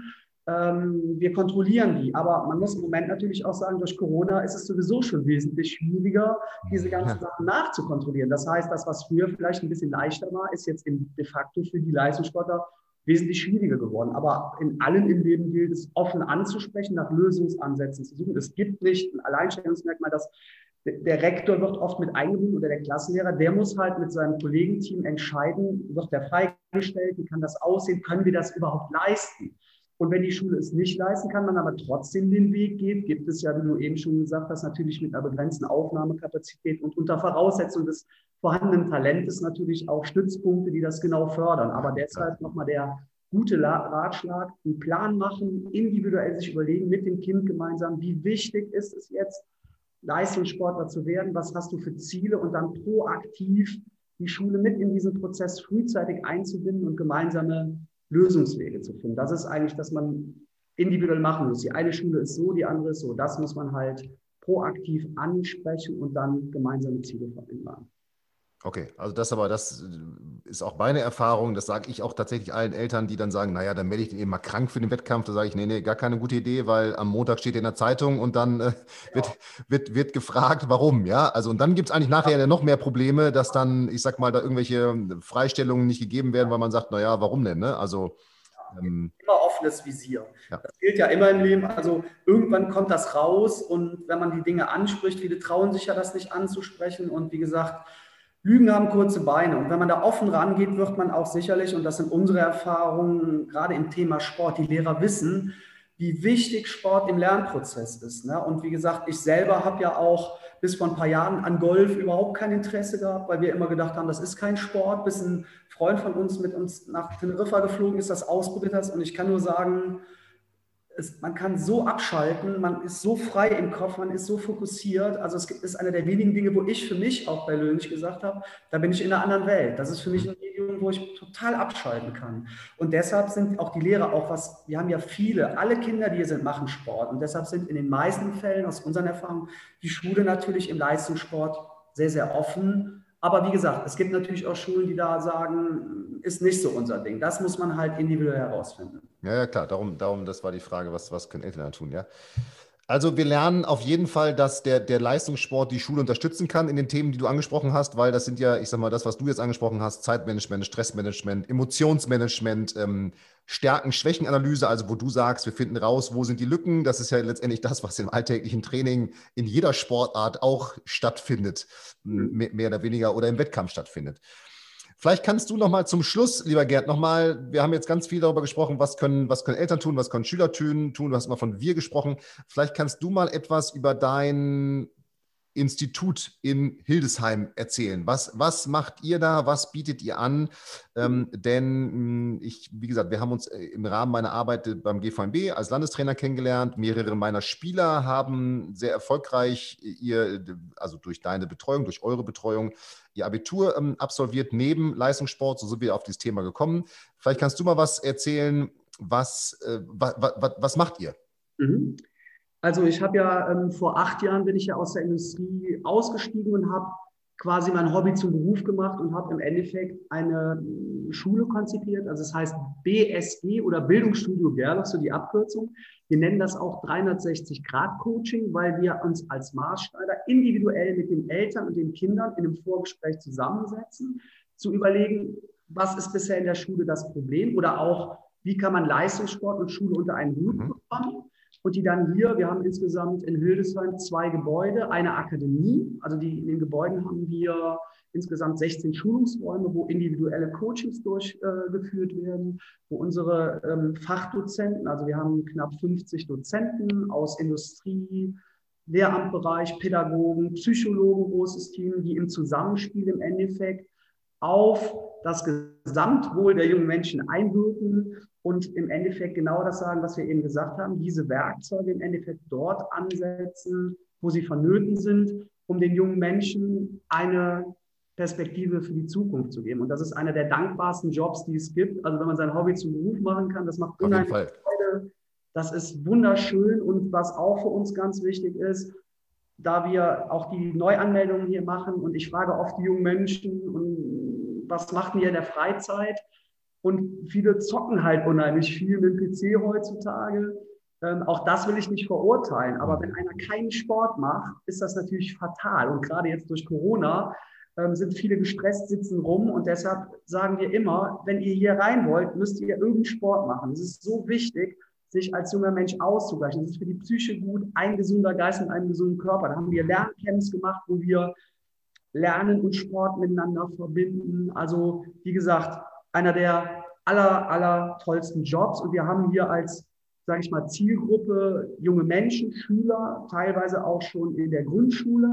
Wir kontrollieren die. Aber man muss im Moment natürlich auch sagen, durch Corona ist es sowieso schon wesentlich schwieriger, diese ganzen Sachen nachzukontrollieren. Das heißt, das, was früher vielleicht ein bisschen leichter war, ist jetzt de facto für die Leistungssportler wesentlich schwieriger geworden. Aber in allen im Leben gilt es, offen anzusprechen, nach Lösungsansätzen zu suchen. Es gibt nicht ein Alleinstellungsmerkmal, dass der Rektor wird oft mit eingebunden oder der Klassenlehrer, der muss halt mit seinem Kollegenteam entscheiden, wird der freigestellt, wie kann das aussehen, können wir das überhaupt leisten? Und wenn die Schule es nicht leisten kann, man aber trotzdem den Weg geht, gibt es ja, wie du eben schon gesagt hast, natürlich mit einer begrenzten Aufnahmekapazität und unter Voraussetzung des vorhandenen Talentes natürlich auch Stützpunkte, die das genau fördern. Aber deshalb nochmal der gute Ratschlag, einen Plan machen, individuell sich überlegen, mit dem Kind gemeinsam, wie wichtig ist es jetzt, Leistungssportler zu werden, was hast du für Ziele und dann proaktiv die Schule mit in diesen Prozess frühzeitig einzubinden und gemeinsame Lösungswege zu finden. Das ist eigentlich, dass man individuell machen muss. Die eine Schule ist so, die andere ist so. Das muss man halt proaktiv ansprechen und dann gemeinsame Ziele vereinbaren. Okay, also das ist auch meine Erfahrung, das sage ich auch tatsächlich allen Eltern, die dann sagen, naja, dann melde ich den eben mal krank für den Wettkampf, da sage ich, nee, gar keine gute Idee, weil am Montag steht in der Zeitung und dann wird gefragt, warum, ja, also und dann gibt es eigentlich nachher noch mehr Probleme, dass dann, ich sag mal, da irgendwelche Freistellungen nicht gegeben werden, weil man sagt, naja, warum denn, ne, also immer offenes Visier. Ja. Das gilt ja immer im Leben. Also irgendwann kommt das raus und wenn man die Dinge anspricht, viele trauen sich ja das nicht anzusprechen und wie gesagt, Lügen haben kurze Beine und wenn man da offen rangeht, wird man auch sicherlich, und das sind unsere Erfahrungen, gerade im Thema Sport, die Lehrer wissen, wie wichtig Sport im Lernprozess ist. Ne? Und wie gesagt, ich selber habe ja auch bis vor ein paar Jahren an Golf überhaupt kein Interesse gehabt, weil wir immer gedacht haben, das ist kein Sport, bis ein Freund von uns mit uns nach Teneriffa geflogen ist, das ausprobiert hat und ich kann nur sagen, man kann so abschalten, man ist so frei im Kopf, man ist so fokussiert. Also ist einer der wenigen Dinge, wo ich für mich auch bei Lönig gesagt habe, da bin ich in einer anderen Welt. Das ist für mich ein Medium, wo ich total abschalten kann. Und deshalb sind auch die Lehrer wir haben ja alle Kinder, die hier sind, machen Sport. Und deshalb sind in den meisten Fällen aus unseren Erfahrungen die Schule natürlich im Leistungssport sehr, sehr offen. Aber wie gesagt, es gibt natürlich auch Schulen, die da sagen, ist nicht so unser Ding. Das muss man halt individuell herausfinden. Ja, klar, darum, das war die Frage, was können Eltern da tun, ja. Also wir lernen auf jeden Fall, dass der Leistungssport die Schule unterstützen kann in den Themen, die du angesprochen hast, weil das sind ja, ich sag mal, das, was du jetzt angesprochen hast, Zeitmanagement, Stressmanagement, Emotionsmanagement, Stärken, Schwächenanalyse, also wo du sagst, wir finden raus, wo sind die Lücken. Das ist ja letztendlich das, was im alltäglichen Training in jeder Sportart auch stattfindet, mehr oder weniger, oder im Wettkampf stattfindet. Vielleicht kannst du noch mal zum Schluss, lieber Gerd, noch mal, wir haben jetzt ganz viel darüber gesprochen, was können Eltern tun, was können Schüler tun. Du hast immer von wir gesprochen. Vielleicht kannst du mal etwas über dein Institut in Hildesheim erzählen. Was macht ihr da? Was bietet ihr an? Denn wie gesagt, wir haben uns im Rahmen meiner Arbeit beim GVMB als Landestrainer kennengelernt. Mehrere meiner Spieler haben sehr erfolgreich also durch deine Betreuung, durch eure Betreuung, ihr Abitur absolviert neben Leistungssport. So sind wir auf dieses Thema gekommen. Vielleicht kannst du mal was erzählen. Was macht ihr? Mhm. Also ich habe ja vor 8 Jahren bin ich ja aus der Industrie ausgestiegen und habe quasi mein Hobby zum Beruf gemacht und habe im Endeffekt eine Schule konzipiert. Also es heißt BSG oder Bildungsstudio Gerloff, so die Abkürzung. Wir nennen das auch 360-Grad-Coaching, weil wir uns als Maßschneider individuell mit den Eltern und den Kindern in einem Vorgespräch zusammensetzen, zu überlegen, was ist bisher in der Schule das Problem oder auch, wie kann man Leistungssport und Schule unter einen Hut bekommen. Und die dann hier, wir haben insgesamt in Hildesheim 2 Gebäude, eine Akademie, also in den Gebäuden haben wir insgesamt 16 Schulungsräume, wo individuelle Coachings durchgeführt werden, wo unsere Fachdozenten, also wir haben knapp 50 Dozenten aus Industrie, Lehramtbereich, Pädagogen, Psychologen, großes Team, die im Zusammenspiel im Endeffekt auf das Gesamtwohl der jungen Menschen einwirken und im Endeffekt genau das sagen, was wir eben gesagt haben, diese Werkzeuge im Endeffekt dort ansetzen, wo sie vonnöten sind, um den jungen Menschen eine Perspektive für die Zukunft zu geben. Und das ist einer der dankbarsten Jobs, die es gibt. Also wenn man sein Hobby zum Beruf machen kann, das macht unheimlich Freude. Das ist wunderschön. Und was auch für uns ganz wichtig ist, da wir auch die Neuanmeldungen hier machen und ich frage oft die jungen Menschen, und was macht ihr in der Freizeit? Und viele zocken halt unheimlich viel mit dem PC heutzutage. Auch das will ich nicht verurteilen. Aber wenn einer keinen Sport macht, ist das natürlich fatal. Und gerade jetzt durch Corona sind viele gestresst, sitzen rum. Und deshalb sagen wir immer, wenn ihr hier rein wollt, müsst ihr irgendeinen Sport machen. Es ist so wichtig, sich als junger Mensch auszugleichen. Das ist für die Psyche gut, ein gesunder Geist und einen gesunden Körper. Da haben wir Lerncamps gemacht, wo wir Lernen und Sport miteinander verbinden. Also wie gesagt, einer der aller tollsten Jobs. Und wir haben hier als, sage ich mal, Zielgruppe junge Menschen, Schüler, teilweise auch schon in der Grundschule,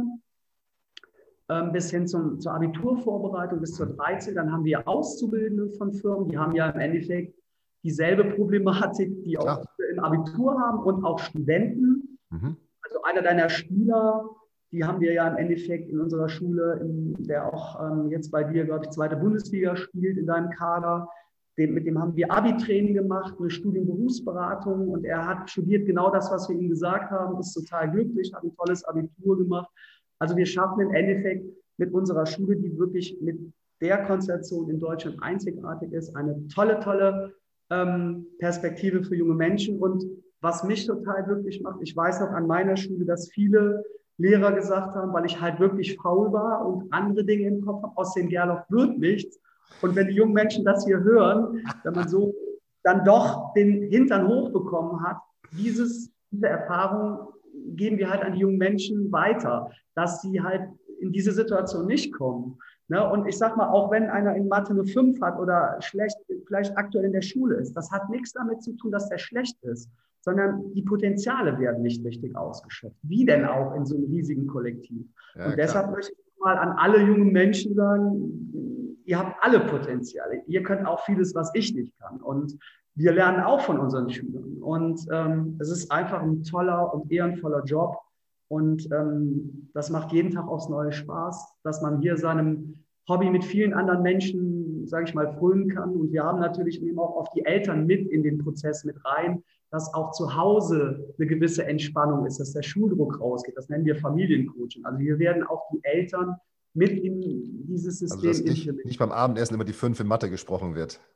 bis hin zur Abiturvorbereitung bis zur 13. Dann haben wir Auszubildende von Firmen, die haben ja im Endeffekt dieselbe Problematik, die auch im Abitur haben und auch Studenten. Also einer deiner Spieler, die haben wir ja im Endeffekt in unserer Schule, der auch jetzt bei dir, glaube ich, 2. Bundesliga spielt in deinem Kader. Mit dem haben wir Abi-Training gemacht, eine Studienberufsberatung und er hat studiert genau das, was wir ihm gesagt haben, ist total glücklich, hat ein tolles Abitur gemacht. Also wir schaffen im Endeffekt mit unserer Schule, die wirklich mit der Konstellation in Deutschland einzigartig ist, eine tolle Perspektive für junge Menschen. Und was mich total glücklich macht, ich weiß noch an meiner Schule, dass viele Lehrer gesagt haben, weil ich halt wirklich faul war und andere Dinge im Kopf habe, aus dem Gerloff wird nichts. Und wenn die jungen Menschen das hier hören, wenn man so dann doch den Hintern hochbekommen hat, diese Erfahrung geben wir halt an die jungen Menschen weiter, dass sie halt in diese Situation nicht kommen. Ne? Und ich sag mal, auch wenn einer in Mathe eine 5 hat oder schlecht, vielleicht aktuell in der Schule ist, das hat nichts damit zu tun, dass der schlecht ist, sondern die Potenziale werden nicht richtig ausgeschöpft. Wie denn auch in so einem riesigen Kollektiv? Ja, und deshalb möchte ich mal an alle jungen Menschen sagen, ihr habt alle Potenziale. Ihr könnt auch vieles, was ich nicht kann. Und wir lernen auch von unseren Schülern. Und es ist einfach ein toller und ehrenvoller Job. Und das macht jeden Tag aufs Neue Spaß, dass man hier seinem Hobby mit vielen anderen Menschen, sage ich mal, frönen kann. Und wir haben natürlich eben auch auf die Eltern mit in den Prozess mit rein, dass auch zu Hause eine gewisse Entspannung ist, dass der Schuldruck rausgeht. Das nennen wir Familiencoaching. Also hier werden auch die Eltern mit in dieses System. Also dass nicht beim Abendessen über die 5 in Mathe gesprochen wird. So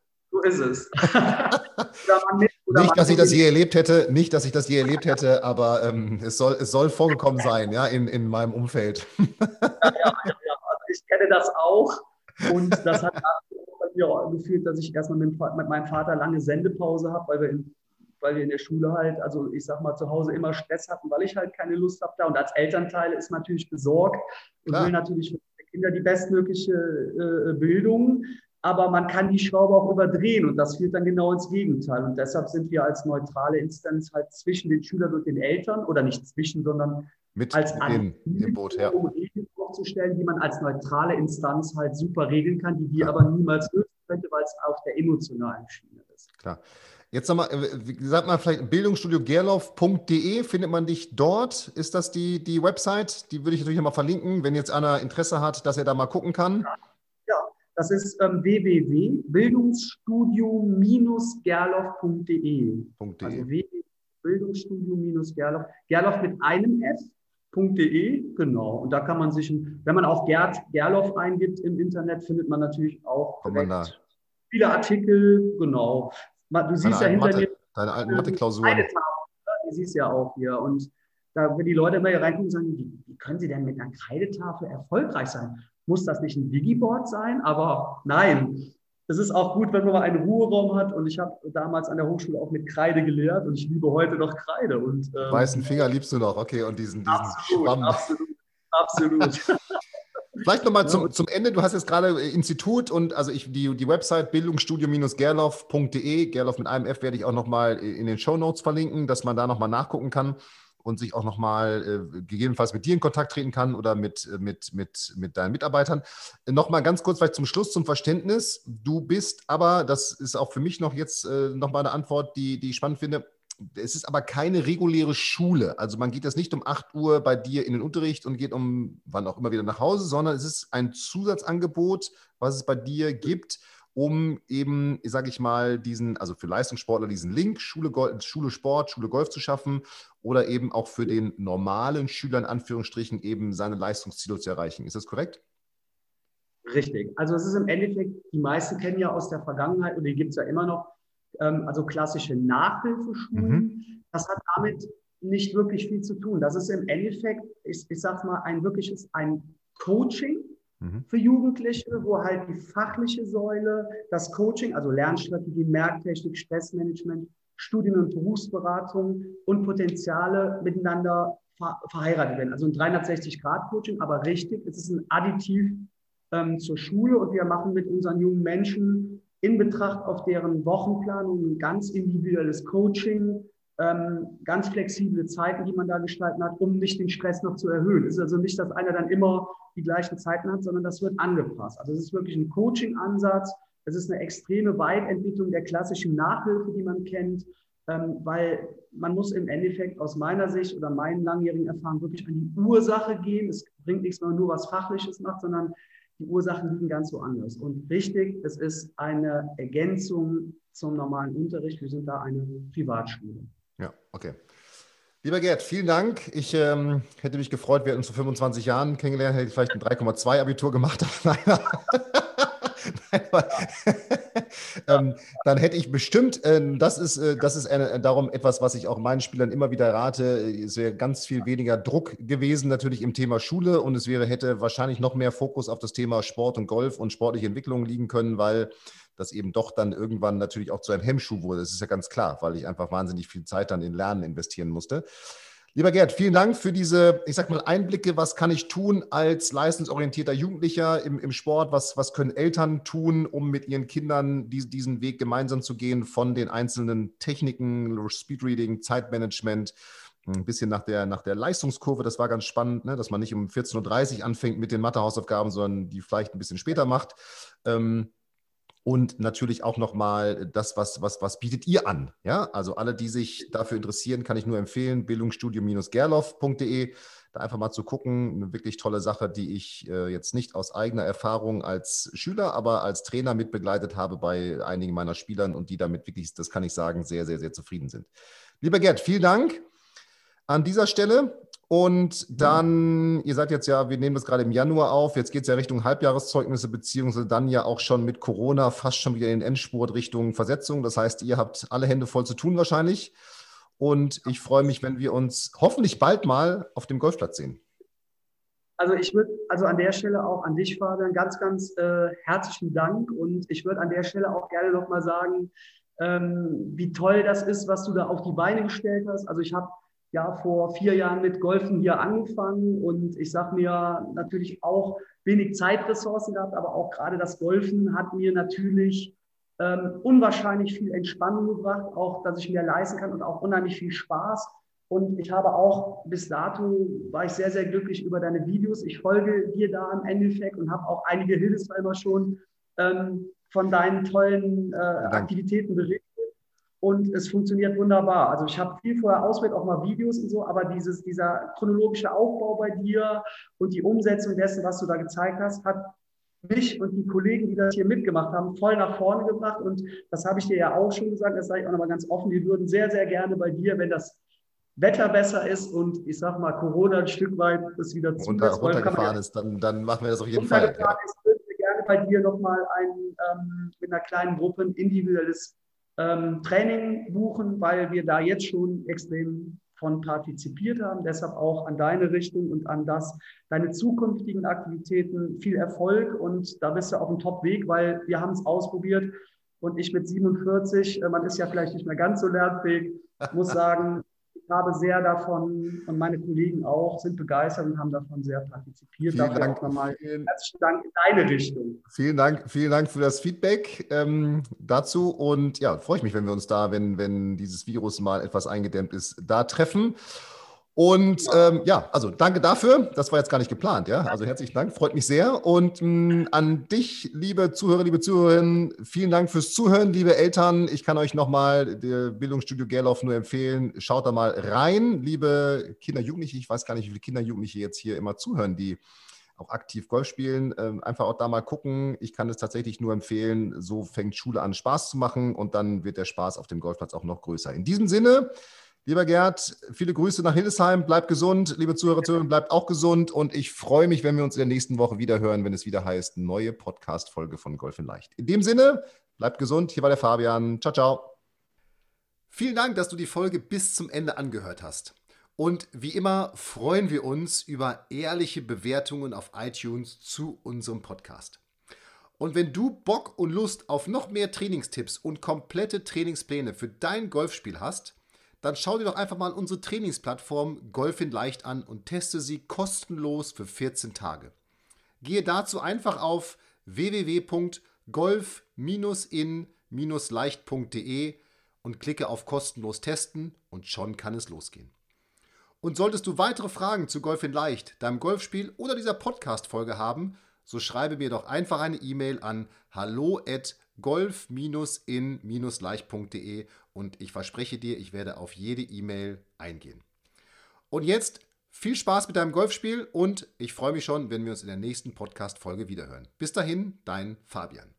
ist es. Nicht, dass ich das je erlebt hätte, aber es soll vorgekommen sein, ja, in meinem Umfeld. Also ich kenne das auch und das hat bei mir geführt, dass ich erstmal mit meinem Vater lange Sendepause habe, weil wir in der Schule halt, also ich sag mal, zu Hause immer Stress hatten, weil ich halt keine Lust habe da. Und als Elternteil ist man natürlich besorgt und will natürlich für die Kinder die bestmögliche Bildung. Aber man kann die Schraube auch überdrehen und das führt dann genau ins Gegenteil. Und deshalb sind wir als neutrale Instanz halt zwischen den Schülern und den Eltern oder nicht zwischen, sondern mit als im Boot, ja. um Regeln aufzustellen, die man als neutrale Instanz halt super regeln kann, die aber niemals lösen könnte, weil es auf der emotionalen Schiene ist. Klar. Jetzt nochmal, sag mal vielleicht bildungsstudiogerloff.de, findet man dich dort? Ist das die Website? Die würde ich natürlich nochmal verlinken, wenn jetzt einer Interesse hat, dass er da mal gucken kann. Ja, das ist www.bildungsstudio-gerloff.de. Also www.bildungsstudio-gerloff. Gerloff mit einem F.de, genau. Und da kann man sich, wenn man auch Gerd Gerloff eingibt im Internet, findet man natürlich auch viele Artikel, genau. Du siehst ja hinter mir deine alten Mathe-Klausuren. Die siehst du ja auch hier. Und da, wenn die Leute immer hier reingucken und sagen, wie können sie denn mit einer Kreidetafel erfolgreich sein? Muss das nicht ein Digiboard sein? Aber nein, es ist auch gut, wenn man mal einen Ruheraum hat. Und ich habe damals an der Hochschule auch mit Kreide gelehrt und ich liebe heute noch Kreide. Und, weißen Finger liebst du noch, okay, und diesen Schwamm. Absolut. Vielleicht nochmal zum Ende. Du hast jetzt gerade Institut und also die Website bildungsstudio-gerloff.de, Gerloff mit einem F werde ich auch nochmal in den Shownotes verlinken, dass man da nochmal nachgucken kann und sich auch nochmal gegebenenfalls mit dir in Kontakt treten kann oder mit deinen Mitarbeitern. Nochmal ganz kurz vielleicht zum Schluss zum Verständnis. Du bist aber, das ist auch für mich noch jetzt nochmal eine Antwort, die ich spannend finde, es ist aber keine reguläre Schule. Also man geht jetzt nicht um 8 Uhr bei dir in den Unterricht und geht um wann auch immer wieder nach Hause, sondern es ist ein Zusatzangebot, was es bei dir gibt, um eben, sage ich mal, also für Leistungssportler diesen Link, Schule Sport, Schule Golf zu schaffen oder eben auch für den normalen Schüler in Anführungsstrichen eben seine Leistungsziele zu erreichen. Ist das korrekt? Richtig. Also es ist im Endeffekt, die meisten kennen ja aus der Vergangenheit, und die gibt es ja immer noch, also klassische Nachhilfeschulen. Das hat damit nicht wirklich viel zu tun. Das ist im Endeffekt, ich sage mal, ein Coaching für Jugendliche, wo halt die fachliche Säule, das Coaching, also Lernstrategie, Merktechnik, Stressmanagement, Studien- und Berufsberatung und Potenziale miteinander verheiratet werden. Also ein 360-Grad-Coaching, aber richtig, es ist ein Additiv zur Schule und wir machen mit unseren jungen Menschen in Betracht auf deren Wochenplanung ein ganz individuelles Coaching, ganz flexible Zeiten, die man da gestalten hat, um nicht den Stress noch zu erhöhen. Es ist also nicht, dass einer dann immer die gleichen Zeiten hat, sondern das wird angepasst. Also es ist wirklich ein Coaching-Ansatz. Es ist eine extreme Weiterentwicklung der klassischen Nachhilfe, die man kennt, weil man muss im Endeffekt aus meiner Sicht oder meinen langjährigen Erfahrungen wirklich an die Ursache gehen. Es bringt nichts, wenn man nur was Fachliches macht, sondern die Ursachen liegen ganz woanders. Und richtig, es ist eine Ergänzung zum normalen Unterricht. Wir sind da eine Privatschule. Ja, okay. Lieber Gerd, vielen Dank. Ich hätte mich gefreut, wir hätten uns vor 25 Jahren kennengelernt, hätte ich vielleicht ein 3,2 Abitur gemacht. Dann hätte ich bestimmt, das ist darum etwas, was ich auch meinen Spielern immer wieder rate, es wäre ganz viel weniger Druck gewesen natürlich im Thema Schule und hätte wahrscheinlich noch mehr Fokus auf das Thema Sport und Golf und sportliche Entwicklung liegen können, weil das eben doch dann irgendwann natürlich auch zu einem Hemmschuh wurde. Das ist ja ganz klar, weil ich einfach wahnsinnig viel Zeit dann in Lernen investieren musste. Lieber Gerd, vielen Dank für diese, ich sag mal, Einblicke. Was kann ich tun als leistungsorientierter Jugendlicher im Sport? Was können Eltern tun, um mit ihren Kindern diesen Weg gemeinsam zu gehen von den einzelnen Techniken, Speedreading, Zeitmanagement, ein bisschen nach der Leistungskurve. Das war ganz spannend, ne? Dass man nicht um 14:30 Uhr anfängt mit den Mathehausaufgaben, sondern die vielleicht ein bisschen später macht. Und natürlich auch nochmal das, was bietet ihr an? Ja, also alle, die sich dafür interessieren, kann ich nur empfehlen, bildungsstudio-gerloff.de, da einfach mal zu gucken. Eine wirklich tolle Sache, die ich jetzt nicht aus eigener Erfahrung als Schüler, aber als Trainer mitbegleitet habe bei einigen meiner Spielern und die damit wirklich, das kann ich sagen, sehr, sehr, sehr zufrieden sind. Lieber Gerd, vielen Dank an dieser Stelle. Und dann, ihr seid jetzt ja, wir nehmen das gerade im Januar auf, jetzt geht es ja Richtung Halbjahreszeugnisse, beziehungsweise dann ja auch schon mit Corona fast schon wieder in den Endspurt Richtung Versetzung. Das heißt, ihr habt alle Hände voll zu tun wahrscheinlich. Und ich freue mich, wenn wir uns hoffentlich bald mal auf dem Golfplatz sehen. Also ich würde also an der Stelle auch an dich, Fabian, ganz, ganz herzlichen Dank. Und ich würde an der Stelle auch gerne nochmal sagen, wie toll das ist, was du da auf die Beine gestellt hast. Also ich habe ja vor 4 Jahren mit Golfen hier angefangen und ich sage mir natürlich auch wenig Zeitressourcen gehabt, aber auch gerade das Golfen hat mir natürlich unwahrscheinlich viel Entspannung gebracht, auch dass ich mir leisten kann und auch unheimlich viel Spaß. Und ich habe auch bis dato, war ich sehr, sehr glücklich über deine Videos. Ich folge dir da im Endeffekt und habe auch einige Hildesheimer schon von deinen tollen Aktivitäten berichtet. Und es funktioniert wunderbar. Also ich habe viel vorher ausprobiert, auch mal Videos und so, aber dieser chronologische Aufbau bei dir und die Umsetzung dessen, was du da gezeigt hast, hat mich und die Kollegen, die das hier mitgemacht haben, voll nach vorne gebracht. Und das habe ich dir ja auch schon gesagt, das sage ich auch nochmal ganz offen, wir würden sehr, sehr gerne bei dir, wenn das Wetter besser ist und ich sag mal Corona ein Stück weit das wieder runtergefahren ist, dann machen wir das auf jeden Fall. Ja. Ist, würden wir gerne bei dir nochmal mit einer kleinen Gruppe ein individuelles Training buchen, weil wir da jetzt schon extrem von partizipiert haben. Deshalb auch an deine Richtung und an deine zukünftigen Aktivitäten viel Erfolg. Und da bist du auf dem Top-Weg, weil wir haben es ausprobiert. Und ich mit 47, man ist ja vielleicht nicht mehr ganz so lernfähig, muss sagen, ich habe sehr davon und meine Kollegen auch sind begeistert und haben davon sehr partizipiert. Vielen Dafür Dank. auch nochmal herzlichen Dank in deine Richtung. Vielen Dank für das Feedback dazu. Und ja, freue ich mich, wenn wir uns da, wenn dieses Virus mal etwas eingedämmt ist, da treffen. Und ja, also danke dafür. Das war jetzt gar nicht geplant, ja. Also herzlichen Dank, freut mich sehr. Und an dich, liebe Zuhörer, liebe Zuhörerinnen, vielen Dank fürs Zuhören, liebe Eltern. Ich kann euch nochmal das Bildungsstudio Gerloff nur empfehlen. Schaut da mal rein, liebe Kinder, Jugendliche. Ich weiß gar nicht, wie viele Kinder, Jugendliche jetzt hier immer zuhören, die auch aktiv Golf spielen. Einfach auch da mal gucken. Ich kann es tatsächlich nur empfehlen. So fängt Schule an, Spaß zu machen und dann wird der Spaß auf dem Golfplatz auch noch größer. In diesem Sinne, lieber Gerd, viele Grüße nach Hildesheim. Bleibt gesund. Liebe Zuhörer, Zuhörerinnen, bleibt auch gesund. Und ich freue mich, wenn wir uns in der nächsten Woche wieder hören, wenn es wieder heißt, neue Podcast-Folge von Golf in Leicht. In dem Sinne, bleibt gesund. Hier war der Fabian. Ciao, ciao. Vielen Dank, dass du die Folge bis zum Ende angehört hast. Und wie immer freuen wir uns über ehrliche Bewertungen auf iTunes zu unserem Podcast. Und wenn du Bock und Lust auf noch mehr Trainingstipps und komplette Trainingspläne für dein Golfspiel hast, dann schau dir doch einfach mal unsere Trainingsplattform Golf in Leicht an und teste sie kostenlos für 14 Tage. Gehe dazu einfach auf www.golf-in-leicht.de und klicke auf kostenlos testen und schon kann es losgehen. Und solltest du weitere Fragen zu Golf in Leicht, deinem Golfspiel oder dieser Podcast-Folge haben, so schreibe mir doch einfach eine E-Mail an hallo@golf-in-leicht.de und ich verspreche dir, ich werde auf jede E-Mail eingehen. Und jetzt viel Spaß mit deinem Golfspiel und ich freue mich schon, wenn wir uns in der nächsten Podcast-Folge wiederhören. Bis dahin, dein Fabian.